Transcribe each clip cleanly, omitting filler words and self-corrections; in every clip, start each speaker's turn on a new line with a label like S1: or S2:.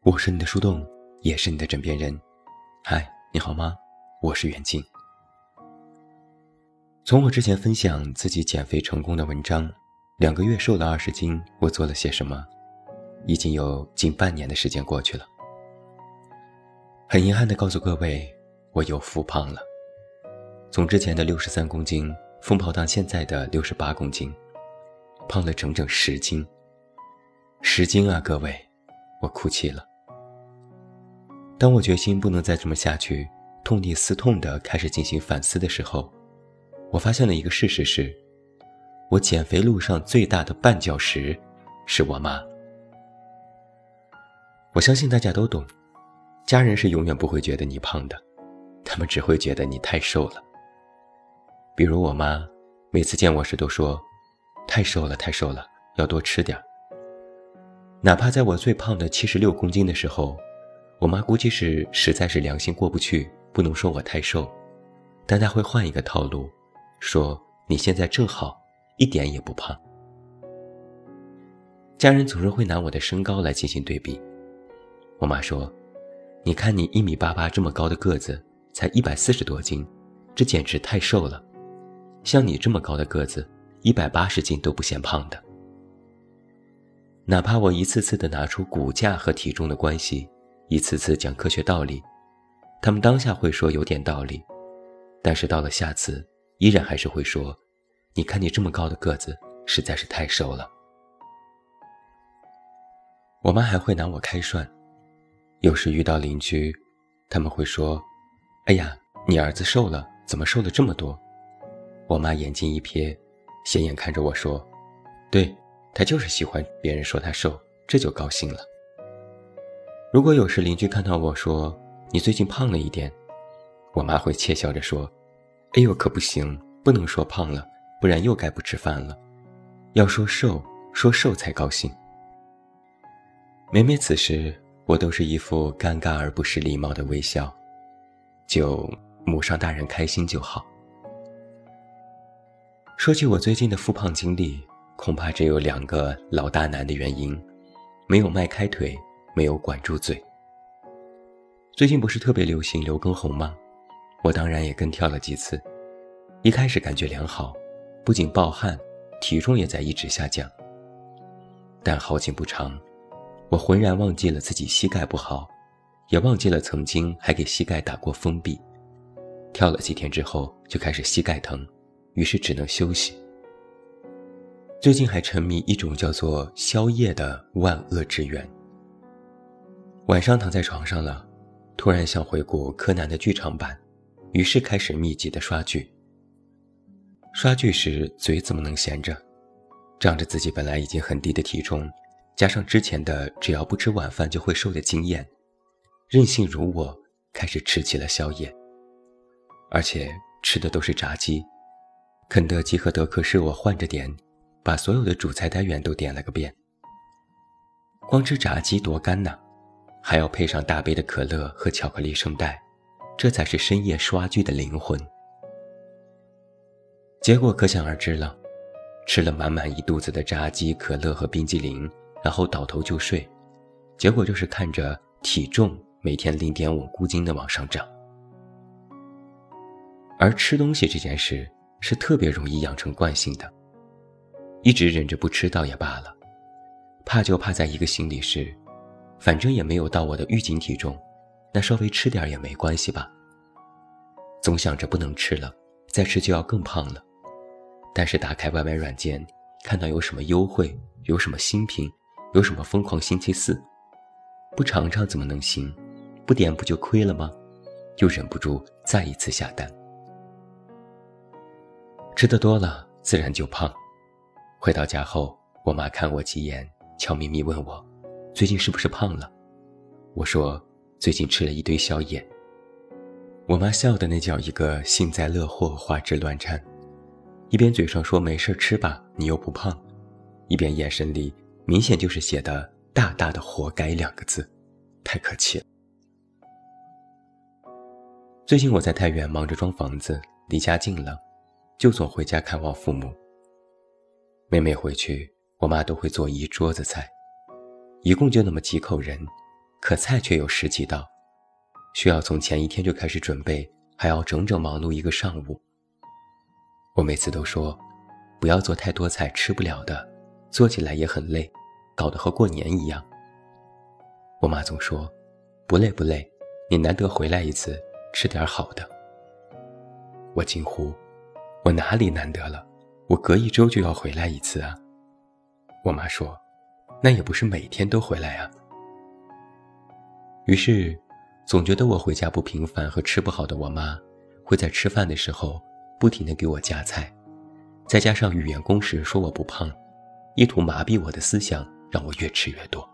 S1: 我是你的树洞，也是你的枕边人。嗨，你好吗？我是远近。从我之前分享自己减肥成功的文章，2个月瘦了20斤，我做了些什么，已经有近半年的时间过去了。很遗憾地告诉各位，我又复胖了。从之前的63公斤疯跑到现在的68公斤，胖了整整10斤。10斤啊，各位，我哭泣了。当我决心不能再这么下去，痛定思痛地开始进行反思的时候，我发现了一个事实是，我减肥路上最大的绊脚石是我妈。我相信大家都懂，家人是永远不会觉得你胖的，他们只会觉得你太瘦了。比如我妈每次见我时都说，太瘦了太瘦了，要多吃点。哪怕在我最胖的76公斤的时候，我妈估计是实在是良心过不去，不能说我太瘦，但她会换一个套路，说你现在正好，一点也不胖。家人总是会拿我的身高来进行对比。我妈说，你看你1.88米这么高的个子，才140多斤，这简直太瘦了。像你这么高的个子，180斤都不嫌胖的。哪怕我一次次地拿出骨架和体重的关系，一次次讲科学道理，他们当下会说有点道理，但是到了下次依然还是会说，你看你这么高的个子实在是太瘦了。我妈还会拿我开涮，有时遇到邻居，他们会说，哎呀，你儿子瘦了，怎么瘦了这么多？我妈眼睛一瞥，斜眼看着我说，对，他就是喜欢别人说他瘦，这就高兴了。如果有时邻居看到我说，你最近胖了一点，我妈会窃笑着说，哎呦，可不行，不能说胖了，不然又该不吃饭了，要说瘦，说瘦才高兴。每每此时，我都是一副尴尬而不失礼貌的微笑，就母上大人开心就好。说起我最近的复胖经历，恐怕只有2个老大难的原因，没有迈开腿，没有管住嘴。最近不是特别流行刘畊宏吗？我当然也跟跳了几次，一开始感觉良好，不仅暴汗，体重也在一直下降。但好景不长，我浑然忘记了自己膝盖不好，也忘记了曾经还给膝盖打过封闭。跳了几天之后就开始膝盖疼，于是只能休息。最近还沉迷一种叫做宵夜的万恶之源。晚上躺在床上了，突然想回顾柯南的剧场版，于是开始密集的刷剧。刷剧时嘴怎么能闲着，仗着自己本来已经很低的体重，加上之前的只要不吃晚饭就会瘦的经验，任性如我开始吃起了宵夜，而且吃的都是炸鸡。肯德基和德克士我换着点，把所有的主菜单元都点了个遍。光吃炸鸡多干呐，还要配上大杯的可乐和巧克力圣代，这才是深夜刷剧的灵魂。结果可想而知了，吃了满满一肚子的炸鸡、可乐和冰激凌，然后倒头就睡，结果就是看着体重每天0.5公斤的往上涨。而吃东西这件事是特别容易养成惯性的，一直忍着不吃倒也罢了，怕就怕在一个心理是，反正也没有到我的预警体重，那稍微吃点也没关系吧。总想着不能吃了，再吃就要更胖了。但是打开外卖软件，看到有什么优惠，有什么新品，有什么疯狂星期四，不尝尝怎么能行？不点不就亏了吗？又忍不住再一次下单。吃得多了，自然就胖。回到家后，我妈看我几眼，悄咪咪问我，最近是不是胖了？我说，最近吃了一堆宵夜。我妈笑的那叫一个幸灾乐祸，花枝乱颤，一边嘴上说没事吃吧，你又不胖，一边眼神里明显就是写的大大的活该2个字，太可气了。最近我在太原忙着装房子，离家近了，就总回家看望父母。每每回去，我妈都会做一桌子菜，一共就那么几口人， 可菜却有10几道，需要从前一天就开始准备，还要整整忙碌一个上午。我每次都说，不要做太多菜吃不了的，做起来也很累，搞得和过年一样。我妈总说，不累不累，你难得回来一次，吃点好的。我惊呼，我哪里难得了，我隔1周就要回来一次啊。我妈说，那也不是每天都回来啊。于是总觉得我回家不平凡和吃不好的我妈，会在吃饭的时候不停地给我夹菜，再加上语言攻势说我不胖，意图麻痹我的思想，让我越吃越多。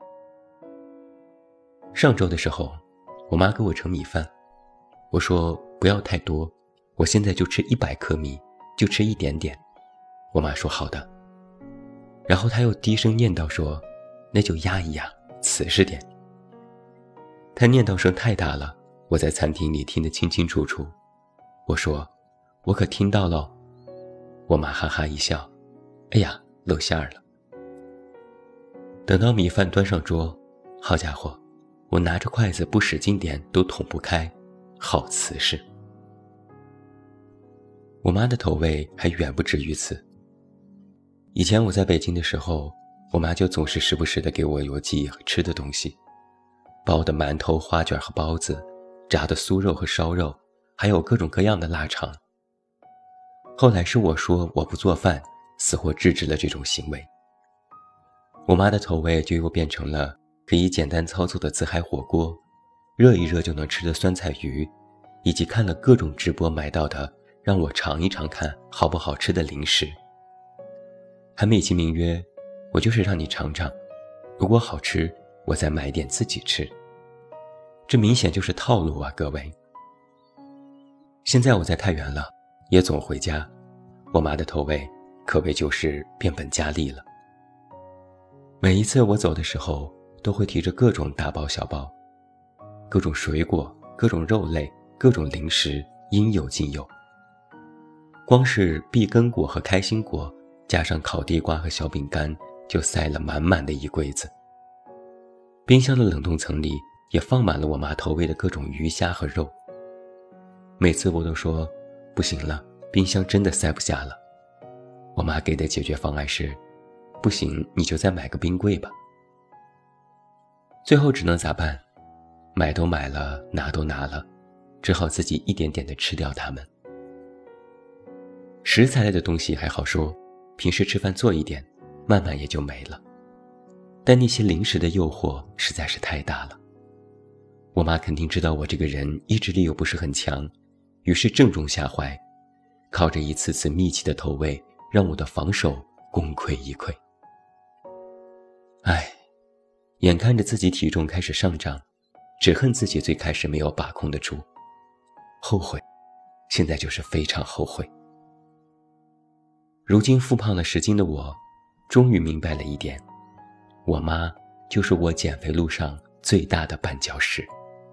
S1: 上周的时候，我妈给我盛米饭，我说不要太多，我现在就吃100克米，就吃一点点。我妈说好的，然后她又低声念叨说，那就压一压，瓷实点。她念叨声太大了，我在餐厅里听得清清楚楚。我说，我可听到了。我妈哈哈一笑，哎呀，露馅了。等到米饭端上桌，好家伙，我拿着筷子不使劲点都捅不开，好瓷实。我妈的头味还远不止于此。以前我在北京的时候，我妈就总是时不时地给我邮寄吃的东西，包的馒头、花卷和包子，炸的酥肉和烧肉，还有各种各样的腊肠。后来是我说我不做饭，死活制止了这种行为。我妈的口味就又变成了可以简单操作的自嗨火锅，热一热就能吃的酸菜鱼，以及看了各种直播买到的让我尝一尝看好不好吃的零食。还美其名曰，我就是让你尝尝，如果好吃我再买点自己吃。这明显就是套路啊，各位。现在我在太原了，也总回家，我妈的口味可谓就是变本加厉了。每一次我走的时候，都会提着各种大包小包，各种水果，各种肉类，各种零食，应有尽有。光是碧根果和开心果，加上烤地瓜和小饼干，就塞了满满的一柜子。冰箱的冷冻层里也放满了我妈投喂的各种鱼虾和肉。每次我都说，不行了，冰箱真的塞不下了。我妈给的解决方案是，不行你就再买个冰柜吧。最后只能咋办？买都买了，拿都拿了，只好自己一点点地吃掉它们。食材类的东西还好说，平时吃饭做一点，慢慢也就没了。但那些零食的诱惑实在是太大了。我妈肯定知道我这个人意志力又不是很强，于是正中下怀，靠着一次次密集的投喂，让我的防守功亏一篑。唉，眼看着自己体重开始上涨，只恨自己最开始没有把控得住，后悔，现在就是非常后悔。如今复胖了10斤的我，终于明白了一点，我妈就是我减肥路上最大的绊脚石。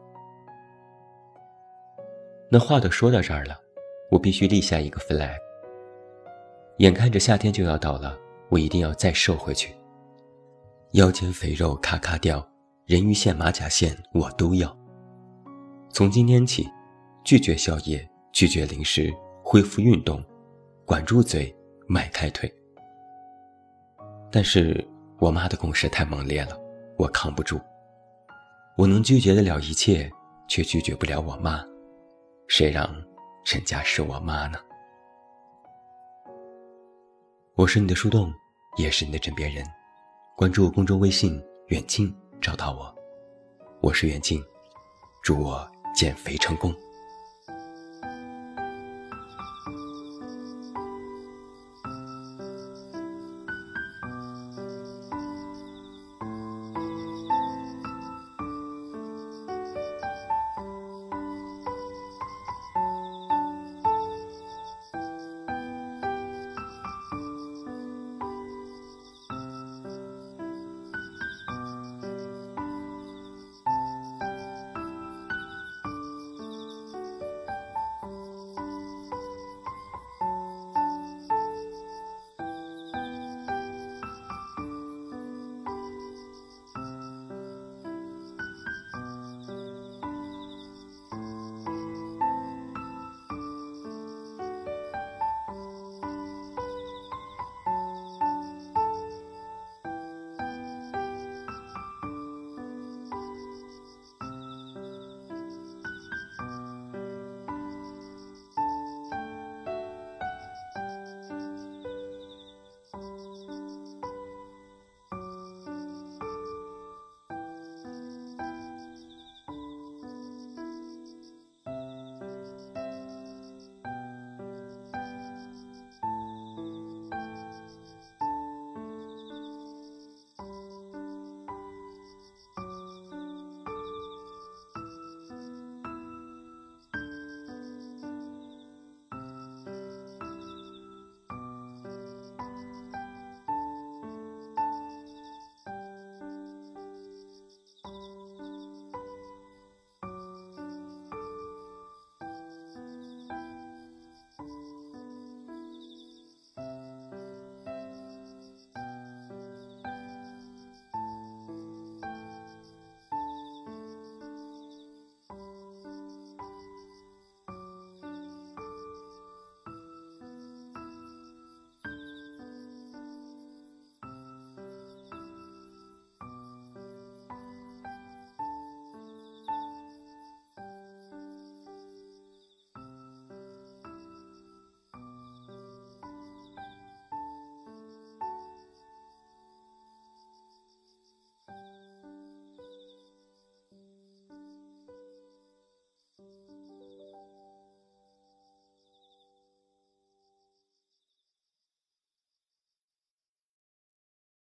S1: 那话都说到这儿了，我必须立下一个 flag。眼看着夏天就要到了，我一定要再瘦回去。腰间肥肉咔咔掉，人鱼线马甲线我都要。从今天起，拒绝宵夜，拒绝零食，恢复运动，管住嘴，迈开腿。但是我妈的攻势太猛烈了，我扛不住。我能拒绝得了一切，却拒绝不了我妈。谁让人家是我妈呢？我是你的树洞，也是你的枕边人。关注公众微信远近找到我，我是远近，祝我减肥成功。